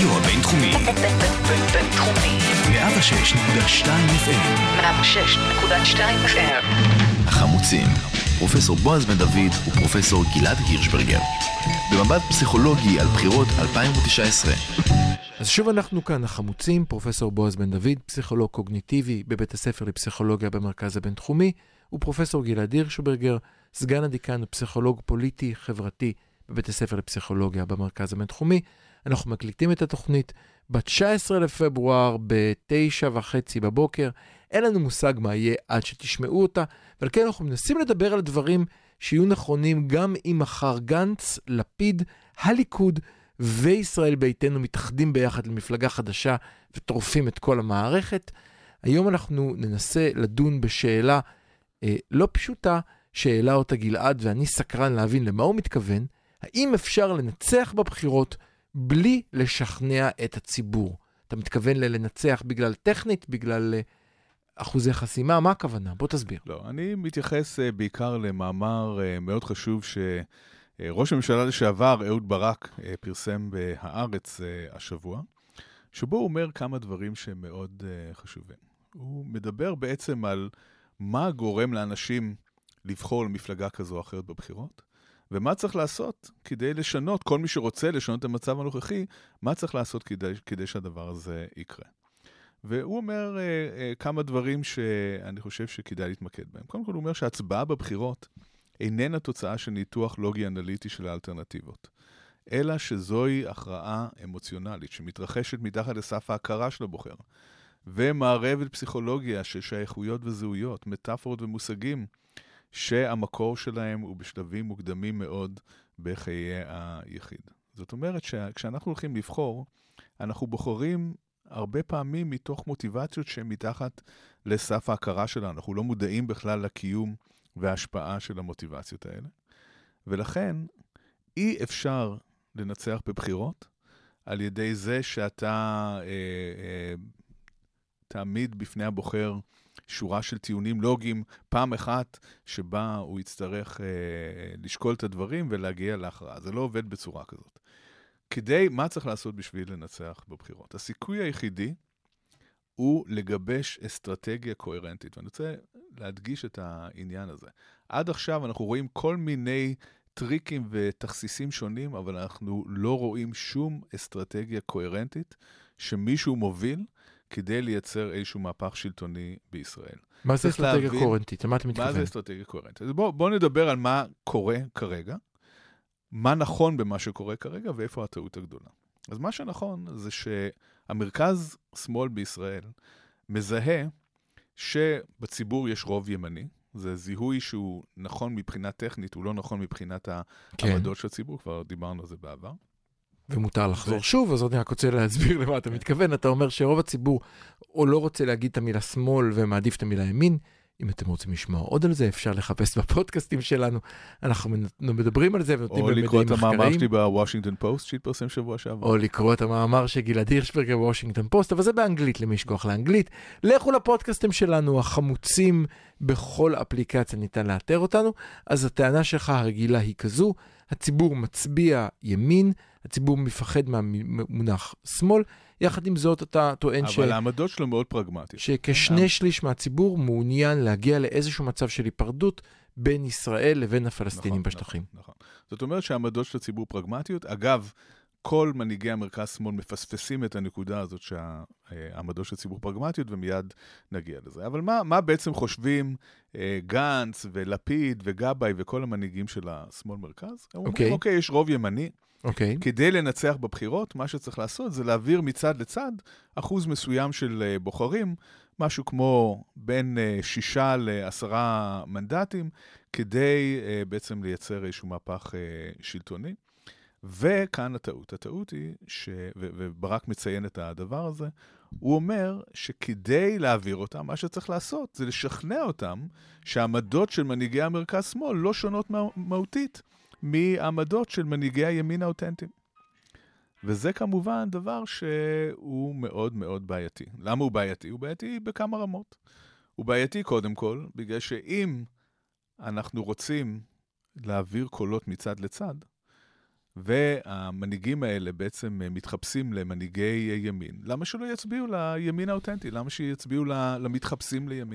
הרדיו הבינתחומי. בינתחומי. 106.2 FM. 106.2 FM. החמוצים. פרופסור בועז בן דוד ופרופסור גלעד הירשברגר. במבט פסיכולוגי על בחירות 2019. אז שוב אנחנו כאן, החמוצים, פרופסור בועז בן דוד, פסיכולוג קוגניטיבי בבית הספר לפסיכולוגיה במרכז הבינתחומי, ופרופסור גלעד הירשברגר, סגן הדיקן ופסיכולוג פוליטי חברתי בבית הספר לפסיכולוגיה במרכז הבינתחומי. אנחנו מקליטים את התוכנית ב-19 לפברואר ב-9:30 בבוקר. אין לנו מושג מה יהיה עד שתשמעו אותה, אבל כן אנחנו מנסים לדבר על דברים שיהיו נכונים גם אם מחר גנץ, לפיד, הליכוד וישראל ביתנו מתאחדים ביחד למפלגה חדשה וטורפים את כל המערכת. היום אנחנו ננסה לדון בשאלה לא פשוטה שאלה אותה גלעד, ואני סקרן להבין למה הוא מתכוון. האם אפשר לנצח בבחירות בלי לשכנע את הציבור? אתה מתכוון לנצח בגלל טכנית, בגלל אחוזי חסימה? מה הכוונה? בוא תסביר. לא, אני מתייחס בעיקר למאמר מאוד חשוב שראש הממשלה לשעבר, אהוד ברק, פרסם בהארץ השבוע, שבו הוא אומר כמה דברים שהם מאוד חשובים. הוא מדבר בעצם על מה גורם לאנשים לבחור למפלגה כזו או אחרת בבחירות, ומה צריך לעשות כדי לשנות, כל מי שרוצה לשנות את המצב הנוכחי, מה צריך לעשות כדי שהדבר הזה יקרה. והוא אומר כמה דברים שאני חושב שכדאי להתמקד בהם. קודם כל הוא אומר שההצבעה בבחירות איננה תוצאה של ניתוח לוגי אנליטי של האלטרנטיבות, אלא שזוהי הכרעה אמוציונלית שמתרחשת מתחת לסף ההכרה של הבוחר, ומערבת פסיכולוגיה של שייכויות וזהויות, מטאפורות ומושגים, שהמקור שלהם הוא בשלבים מוקדמים מאוד בחיי היחיד. זאת אומרת שכשאנחנו הולכים לבחור, אנחנו בוחרים הרבה פעמים מתוך מוטיבציות שהן מתחת לסף ההכרה שלנו. אנחנו לא מודעים בכלל לקיום וההשפעה של המוטיבציות האלה. ולכן אי אפשר לנצח בבחירות על ידי זה שאתה תעמיד בפני הבוחר שורה של טיעונים לוגיים, פעם אחת שבה הוא יצטרך לשקול את הדברים ולהגיע להכרעה. זה לא עובד בצורה כזאת. מה צריך לעשות בשביל לנצח בבחירות? הסיכוי היחידי הוא לגבש אסטרטגיה קוהרנטית, ואני רוצה להדגיש את העניין הזה. עד עכשיו אנחנו רואים כל מיני טריקים ותכסיסים שונים, אבל אנחנו לא רואים שום אסטרטגיה קוהרנטית שמישהו מוביל כדי לייצר איזשהו מהפך שלטוני בישראל. מה זה אסטרטגיה קוהרנטית? מה אתה מתכוון? מה זה אסטרטגיה קוהרנטית? אז בואו נדבר על מה קורה כרגע, מה נכון במה שקורה כרגע, ואיפה הטעות הגדולה. אז מה שנכון זה שהמרכז שמאל בישראל מזהה שבציבור יש רוב ימני, זה זיהוי שהוא נכון מבחינה טכנית, הוא לא נכון מבחינת העמדות של הציבור, כבר דיברנו על זה בעבר. ומותר לחזור שוב, אז אני רק רוצה להסביר למה אתה מתכוון. אתה אומר שרוב הציבור או לא רוצה להגיד את המילה שמאל ומעדיף את המילה ימין. אם אתם רוצים לשמוע עוד על זה, אפשר לחפש בפודקאסטים שלנו. אנחנו מדברים על זה ונותנים במדעים מחקריים. או לקרוא את המאמר שלי בוושינגטון פוסט שהתפרסם שבוע שעבר. או לקרוא את המאמר של גלעד הירשברגר בוושינגטון פוסט, אבל זה באנגלית, למי שכוח לאנגלית. לכו לפודקאסטים שלנו, החמוצים בכל אפליקציה ניתן לאתר אותנו. אז הטענה שלך הרגילה היא כזו, הציבור מצביע ימין, הציבור מפחד מהמונח שמאל, יחד עם זאת אתה טוען אבל העמדות שלו מאוד פרגמטיות. שכשני שליש מהציבור מעוניין להגיע לאיזשהו מצב של היפרדות בין ישראל לבין הפלסטינים בשטחים. נכון. זאת אומרת שהעמדות של הציבור פרגמטיות, אגב, כל מנהיגי המרכז שמאל מפספסים את הנקודה הזאת שהעמדות של הציבור פרגמטיות, ומיד נגיע לזה. אבל מה בעצם חושבים גנץ ולפיד וגבאי וכל המנהיגים של השמאל מרכז? אומרים, אוקיי, יש רוב ימני, כדי לנצח בבחירות, מה שצריך לעשות זה להעביר מצד לצד אחוז מסוים של בוחרים, משהו כמו בין 6 ל10 מנדטים, כדי בעצם לייצר איזשהו מהפך שלטוני. וכאן הטעות. הטעות היא, וברק מציין את הדבר הזה, הוא אומר שכדי להעביר אותם, מה שצריך לעשות זה לשכנע אותם שהעמדות של מנהיגי המרכז שמאל לא שונות מהותית מעמדות של מנהיגי הימין האותנטיים. וזה כמובן דבר שהוא מאוד מאוד בעייתי. למה הוא בעייתי? הוא בעייתי בכמה רמות. הוא בעייתי קודם כל, בגלל שאם אנחנו רוצים להעביר קולות מצד לצד, והמנהיגים האלה בעצם מתחפשים למנהיגי ימין. למה שלא יצביעו לימין האותנטי? למה שיצביעו למתחפשים לימין?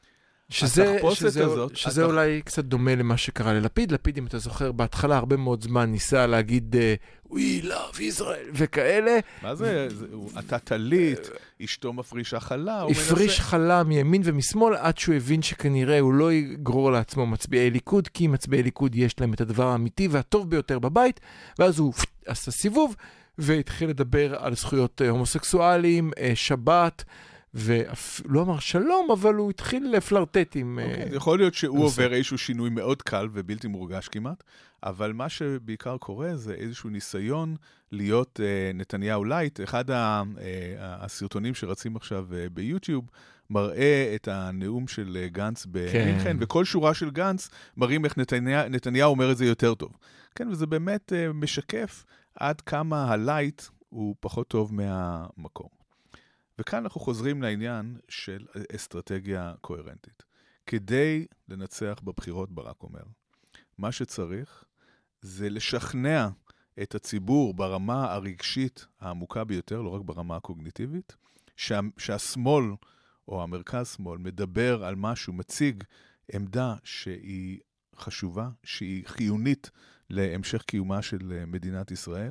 שזה אולי קצת דומה למה שקרה ללפיד. לפיד, אם אתה זוכר, בהתחלה הרבה מאוד זמן ניסה להגיד We love Israel וכאלה. מה זה? אתה תליט, אשתו מפרישה חלה. הפריש חלה מימין ומשמאל, עד שהוא הבין שכנראה הוא לא יגרור לעצמו מצביעי ליכוד, כי מצביעי ליכוד יש להם את הדבר האמיתי והטוב ביותר בבית, ואז הוא עשה סיבוב, והתחיל לדבר על זכויות הומוסקסואליים, שבת, ולא אמר שלום, אבל הוא התחיל לפלרטט עם... יכול להיות שהוא עובר איזשהו שינוי מאוד קל ובלתי מורגש כמעט, אבל מה שבעיקר קורה זה איזשהו ניסיון להיות נתניהו לייט. אחד הסרטונים שרצים עכשיו ביוטיוב מראה את הנאום של גנץ במינכן, וכל שורה של גנץ מראים איך נתניהו אומר את זה יותר טוב. כן, וזה באמת משקף עד כמה הלייט הוא פחות טוב מהמקום. וכאן אנחנו חוזרים לעניין של אסטרטגיה קוהרנטית. כדי לנצח בבחירות, ברק אומר, מה שצריך זה לשכנע את הציבור ברמה הרגשית העמוקה ביותר, לא רק ברמה הקוגניטיבית, שהשמאל או המרכז שמאל מדבר על משהו, מציג עמדה שהיא חשובה, שהיא חיונית להמשך קיומה של מדינת ישראל,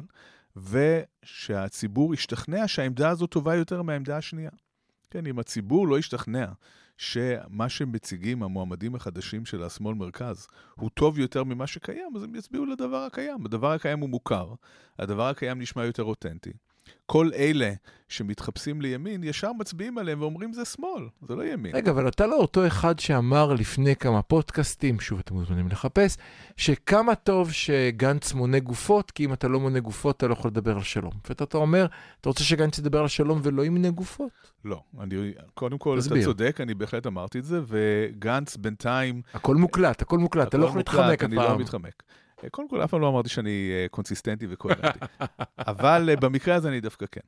ושהציבור ישתכנע שהעמדה הזו טובה יותר מהעמדה השנייה. כן, אם הציבור לא ישתכנע שמה שמציגים המועמדים החדשים של השמאל מרכז הוא טוב יותר ממה שקיים, אז הם יצביעו לדבר הקיים. הדבר הקיים הוא מוכר, הדבר הקיים נשמע יותר אותנטי. כל אלה שמתחפשים לימין, ישר מצביעים עליהם ואומרים זה שמאל, זה לא ימין. רגע, אבל אתה לא אותו אחד שאמר לפני כמה פודקאסטים, שוב אתם מוזמנים לחפש, שכמה טוב שגנץ מונה גופות, כי אם אתה לא מונה גופות, אתה לא יכול לדבר על שלום. ואתה אומר, אתה רוצה שגנץ ידבר על שלום ולא ימנה גופות? לא, קודם כל אתה צודק, אני בהחלט אמרתי את זה, וגנץ בינתיים... הכל מוקלט, אתה לא יכול להתחמק הפעם. אני לא מתחמק. קודם כל, אף פעם לא אמרתי שאני קונסיסטנטי וקוהרנטי. אבל במקרה הזה אני דווקא כן.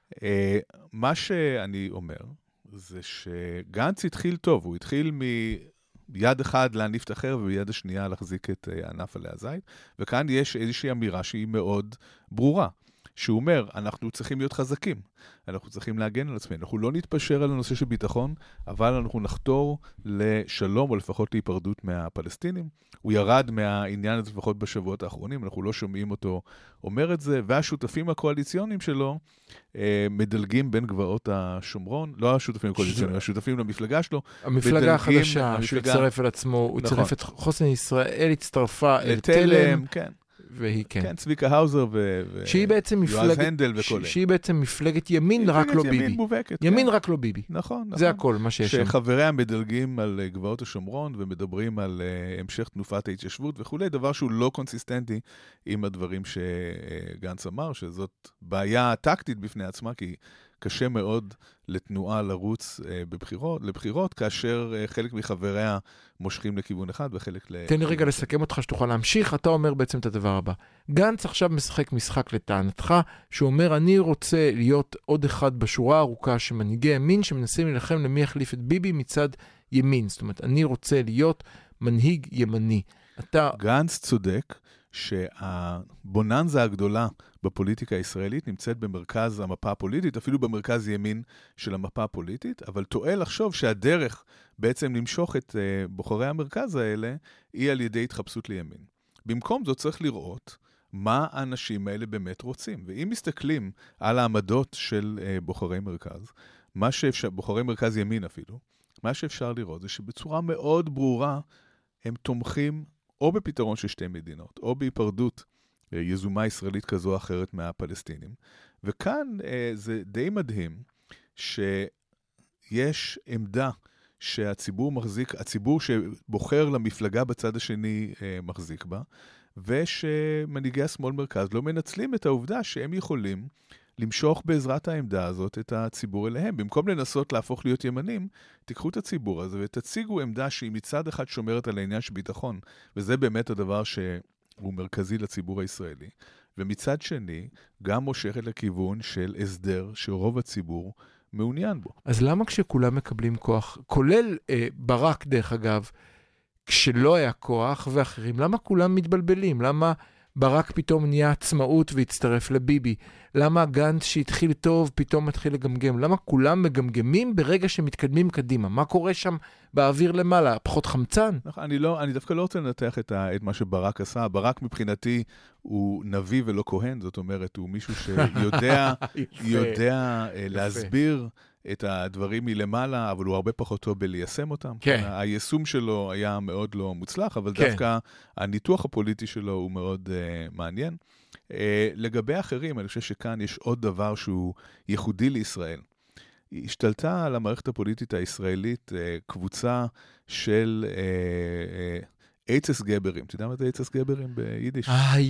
מה שאני אומר, זה שגנץ התחיל טוב. הוא התחיל מיד אחד להניף את אחר, וביד השנייה להחזיק את ענף עלי הזית. וכאן יש איזושהי אמירה שהיא מאוד ברורה. שהוא אומר, אנחנו צריכים להיות חזקים. אנחנו צריכים להגן על עצמנו. אנחנו לא נתפשר על הנושא של ביטחון, אבל אנחנו נחתור לשלום, או לפחות להיפרדות מהפלסטינים. הוא ירד מהעניין הזה לפחות בשבועות האחרונים, אנחנו לא שומעים אותו אומר את זה, והשותפים הקואליציוניים שלו מדלגים בין גבעות השומרון, לא השותפים הקואליציוניים, השותפים למפלגה שלו. המפלגה החדשה, שהוא הצטרף על עצמו, הוא הצטרף את חוסן ישראל, הצטרפה אל תלם, כן. והיא כן. כן, צביקה האוזר ויועז הנדל וכל אלה. שהיא בעצם מפלגת ימין, רק לא ביבי. ימין מובהקת. ימין רק לא ביבי. נכון. זה הכל, מה שיש שם. שחבריה מדלגים על גבעות השומרון, ומדברים על המשך תנופת ההתיישבות וכו', דבר שהוא לא קונסיסטנטי עם הדברים שגנץ אמר, שזאת בעיה טקטית בפני עצמה, כי קשה מאוד לתנועה לרוץ לבחירות, כאשר חלק מחבריה מושכים לכיוון אחד וחלק תן לי רגע לסכם אותך שתוכל להמשיך. אתה אומר בעצם את הדבר הבא. גנץ עכשיו משחק משחק לטענתך, שהוא אומר, אני רוצה להיות עוד אחד בשורה הארוכה שמנהיגי ימין שמנסים להילחם למי יחליף את ביבי מצד ימין. זאת אומרת, אני רוצה להיות מנהיג ימני. גנץ צודק שהבוננזה הגדולה בפוליטיקה הישראלית נמצאת במרכז המפה הפוליטית, אפילו במרכז ימין של המפה הפוליטית, אבל טועה לחשוב שהדרך בעצם למשוך את בוחרי המרכז האלה היא על ידי התחפשות לימין. במקום זאת צריך לראות מה האנשים האלה באמת רוצים. ואם מסתכלים על העמדות של בוחרי מרכז, בוחרי מרכז ימין אפילו, מה שאפשר לראות זה שבצורה מאוד ברורה הם תומכים או בפתרון של שתי מדינות, או בהיפרדות יזומה ישראלית כזו או אחרת מהפלסטינים. וכאן זה די מדהים שיש עמדה שהציבור מחזיק, הציבור שבוחר למפלגה בצד השני מחזיק בה, ושמנהיגי השמאל מרכז לא מנצלים את העובדה שהם יכולים למשוך בעזרת העמדה הזאת את הציבור אליהם. במקום לנסות להפוך להיות ימנים, תיקחו את הציבור הזה ותציגו עמדה שהיא מצד אחד שומרת על העניין של ביטחון, וזה באמת הדבר שהוא מרכזי לציבור הישראלי. ומצד שני, גם מושכת לכיוון של הסדר שרוב הציבור מעוניין בו. אז למה כשכולם מקבלים כוח, כולל ברק דרך אגב, כשלא היה כוח ואחרים, למה כולם מתבלבלים? למה ברק פתאום נהיה עצמאות והצטרף לביבי? למה גנץ שהתחיל טוב פתאום מתחיל לגמגם? למה כולם מגמגמים ברגע שמתקדמים קדימה? מה קורה שם באוויר למעלה? פחות חמצן? אני דווקא לא רוצה לנתח את מה שברק עשה. ברק מבחינתי הוא נביא ולא כהן, זאת אומרת, הוא מישהו שיודע להסביר את הדברים מלמעלה, אבל הוא הרבה פחות טוב בליישם אותם. כן. היישום שלו היה מאוד לא מוצלח, אבל כן. דווקא הניתוח הפוליטי שלו הוא מאוד מעניין. לגבי אחרים, אני חושב שכאן יש עוד דבר שהוא ייחודי לישראל. היא השתלטה על המערכת הפוליטית הישראלית קבוצה של עצס גברים. אתה יודע מה זה עצס גברים ביידיש?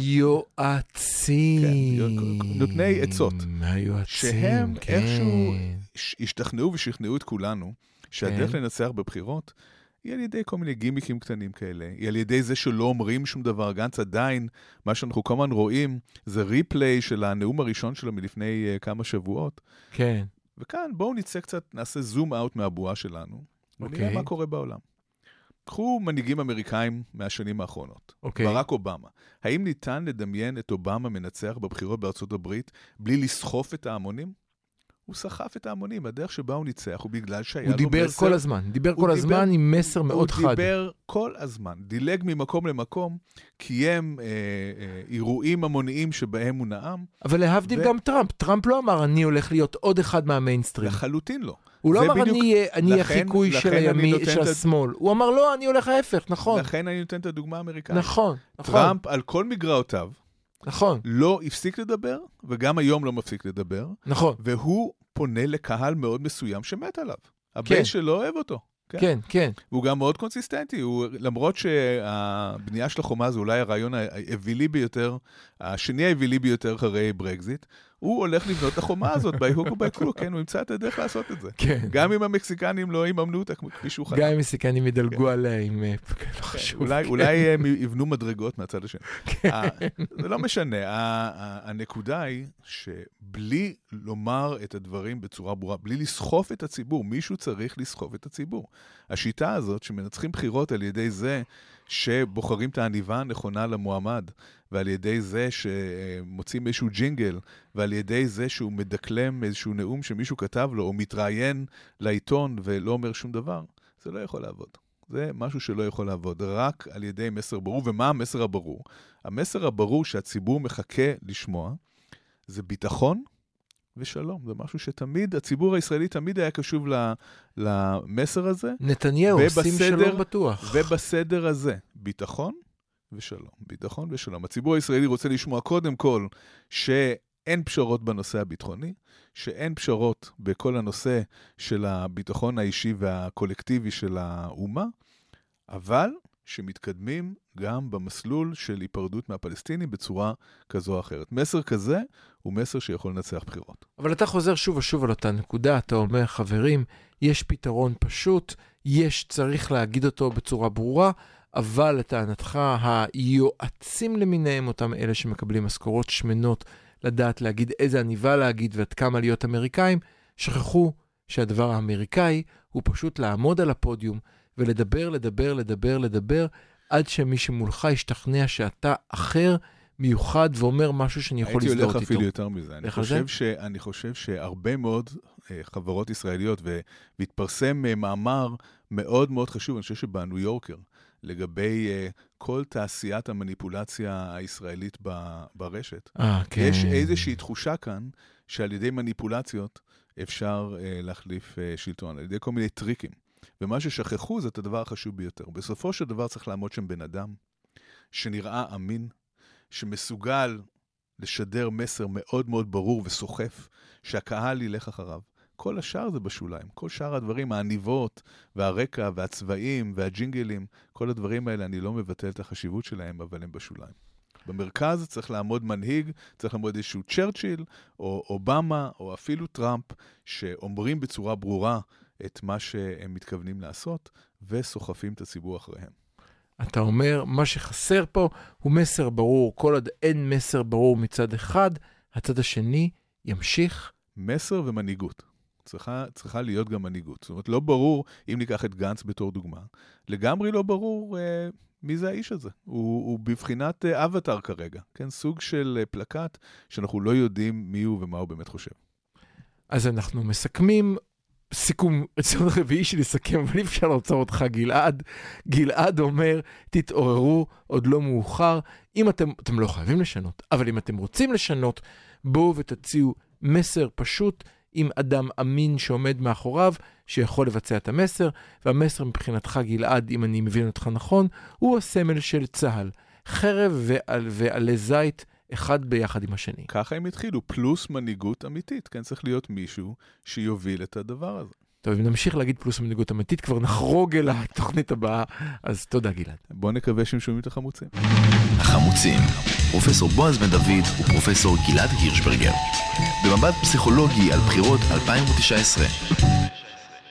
היועצים. כן, נותני עצות. היועצים, שהם כן. איכשהו השתכנעו ושכנעו את כולנו שהדרך לנצח בבחירות היא על ידי כל מיני גימיקים קטנים כאלה, היא על ידי זה שלא אומרים שום דבר. גנץ עדיין, מה שאנחנו כל הזמן רואים, זה ריפליי של הנאום הראשון שלו מלפני כמה שבועות. כן. וכאן בואו נצא קצת, נעשה זום אאוט מהבועה שלנו, ונראה מה קורה בעולם. קחו מנהיגים אמריקאים מהשנים האחרונות. ברק אובמה. האם ניתן לדמיין את אובמה מנצח בבחירות בארצות הברית בלי לסחוף את ההמונים? הוא סחף את ההמונים. הדרך שבה הוא ניצח הוא בגלל שהיה לו מסר. הוא דיבר כל הזמן. דיבר כל הזמן עם מסר מאוד חד. הוא דיבר כל הזמן. דילג ממקום למקום, קיים אירועים המוניים שבהם הוא נאם. אבל להבדיל גם טראמפ. טראמפ לא אמר, אני הולך להיות עוד אחד מהמיינסטרים. לחלוטין לא. הוא לא אמר, אני החיקוי של הימין, של השמאל. הוא אמר, לא, אני הולך ההפך, נכון. לכן אני נותן את הדוגמה האמריקאית. נכון. טראמפ על כל מגרעותיו, נכון. לא הפסיק לדבר, וגם היום לא מפסיק לדבר. נכון. והוא פונה לקהל מאוד מסוים שמת עליו. הבן שלו אוהב אותו. כן, כן. והוא גם מאוד קונסיסטנטי. למרות שהבנייה של החומה זה אולי הרעיון האווילי ביותר, השני האווילי ביותר אחרי ברקזיט, הוא הולך לבנות את החומה הזאת, by hook or by crook, כן, הוא ימצא את הדרך לעשות את זה. כן. גם אם המקסיקנים לא יממנו אותה כפי שהוא חלק. גם אם המקסיקנים ידלגו עליה עם... לא חשוב. אולי הם יבנו מדרגות מהצד השני. זה לא משנה. הנקודה היא שבלי לומר את הדברים בצורה ברורה, בלי לסחוף את הציבור, מישהו צריך לסחוף את הציבור. השיטה הזאת שמנצחים בחירות על ידי זה שבוחרים את העניבה הנכונה למועמד, ועל ידי זה שמוצאים איזשהו ג'ינגל, ועל ידי זה שהוא מדקלם איזשהו נאום שמישהו כתב לו, או מתראיין לעיתון ולא אומר שום דבר, זה לא יכול לעבוד. זה משהו שלא יכול לעבוד, רק על ידי מסר ברור. ומה המסר הברור? המסר הברור שהציבור מחכה לשמוע, זה ביטחון ושלום. זה משהו שתמיד, הציבור הישראלי תמיד היה קשוב למסר הזה. נתניהו, עושים שלום בטוח. ובסדר הזה, ביטחון ושלום. ביטחון ושלום. הציבור הישראלי רוצה לשמוע קודם כל שאין פשרות בנושא הביטחוני, שאין פשרות בכל הנושא של הביטחון האישי והקולקטיבי של האומה, אבל שמתקדמים גם במסלול של היפרדות מהפלסטינים בצורה כזו או אחרת. מסר כזה הוא מסר שיכול לנצח בחירות. אבל אתה חוזר שוב ושוב על אותה נקודה, אתה אומר, חברים, יש פתרון פשוט, צריך להגיד אותו בצורה ברורה, אבל לטענתך, היועצים למיניהם, אותם אלה שמקבלים משכורות שמנות, לדעת להגיד איזה עניבה להגיד ועד כמה להיות אמריקאים, שכחו שהדבר האמריקאי הוא פשוט לעמוד על הפודיום ולדבר, לדבר, לדבר, לדבר, עד שמי שמולך ישתכנע שאתה אחר, מיוחד, ואומר משהו שאני יכול להזדהות איתו. הייתי הולך אפילו יותר מזה. אני חושב שהרבה מאוד חברות ישראליות, והתפרסם מאמר מאוד מאוד חשוב, אני חושב שבניו יורקר, לגבי כל תעשיית המניפולציה הישראלית ברשת. כן. יש איזושהי תחושה כאן, שעל ידי מניפולציות אפשר להחליף שלטון, על ידי כל מיני טריקים. ומה ששכחו זה את הדבר החשוב ביותר. בסופו של דבר צריך לעמוד שם בן אדם, שנראה אמין, שמסוגל לשדר מסר מאוד מאוד ברור וסוחף, שהקהל ילך אחריו. כל השאר זה בשוליים. כל שאר הדברים, העניבות והרקע והצבעים והג'ינגלים, כל הדברים האלה, אני לא מבטל את החשיבות שלהם, אבל הם בשוליים. במרכז צריך לעמוד מנהיג, צריך לעמוד איזשהו צ'רצ'יל, או אובמה, או אפילו טראמפ, שאומרים בצורה ברורה את מה שהם מתכוונים לעשות, וסוחפים את הציבור אחריהם. אתה אומר, מה שחסר פה הוא מסר ברור. כל עוד אין מסר ברור מצד אחד, הצד השני ימשיך. מסר ומנהיגות. צריכה להיות גם מנהיגות. זאת אומרת, לא ברור, אם ניקח את גנץ בתור דוגמה, לגמרי לא ברור מי זה האיש הזה. הוא בבחינת אבטר כרגע, כן? סוג של פלקט שאנחנו לא יודעים מי הוא ומה הוא באמת חושב. אז אנחנו מסכמים, סיכום, רציון רביעי של לסכם, אבל אי אפשר לעצור אותך, גלעד. גלעד אומר, תתעוררו, עוד לא מאוחר. אם אתם לא חייבים לשנות, אבל אם אתם רוצים לשנות, בואו ותציעו מסר פשוט עם אדם אמין שעומד מאחוריו, שיכול לבצע את המסר, והמסר מבחינתך, גלעד, אם אני מבין אותך נכון, הוא הסמל של צהל. חרב ועלי זית, אחד ביחד עם השני. ככה הם התחילו, פלוס מנהיגות אמיתית. כן, צריך להיות מישהו שיוביל את הדבר הזה. טוב, אם נמשיך להגיד פלוס מנהיגות אמיתית, כבר נחרוג אל התוכנית הבאה, אז תודה גלעד. בוא נקווה שהם שומעים את החמוצים. החמוצים, פרופסור בועז בן דוד ופרופסור גלעד הירשברגר. במבט פסיכולוגי על בחירות 2019.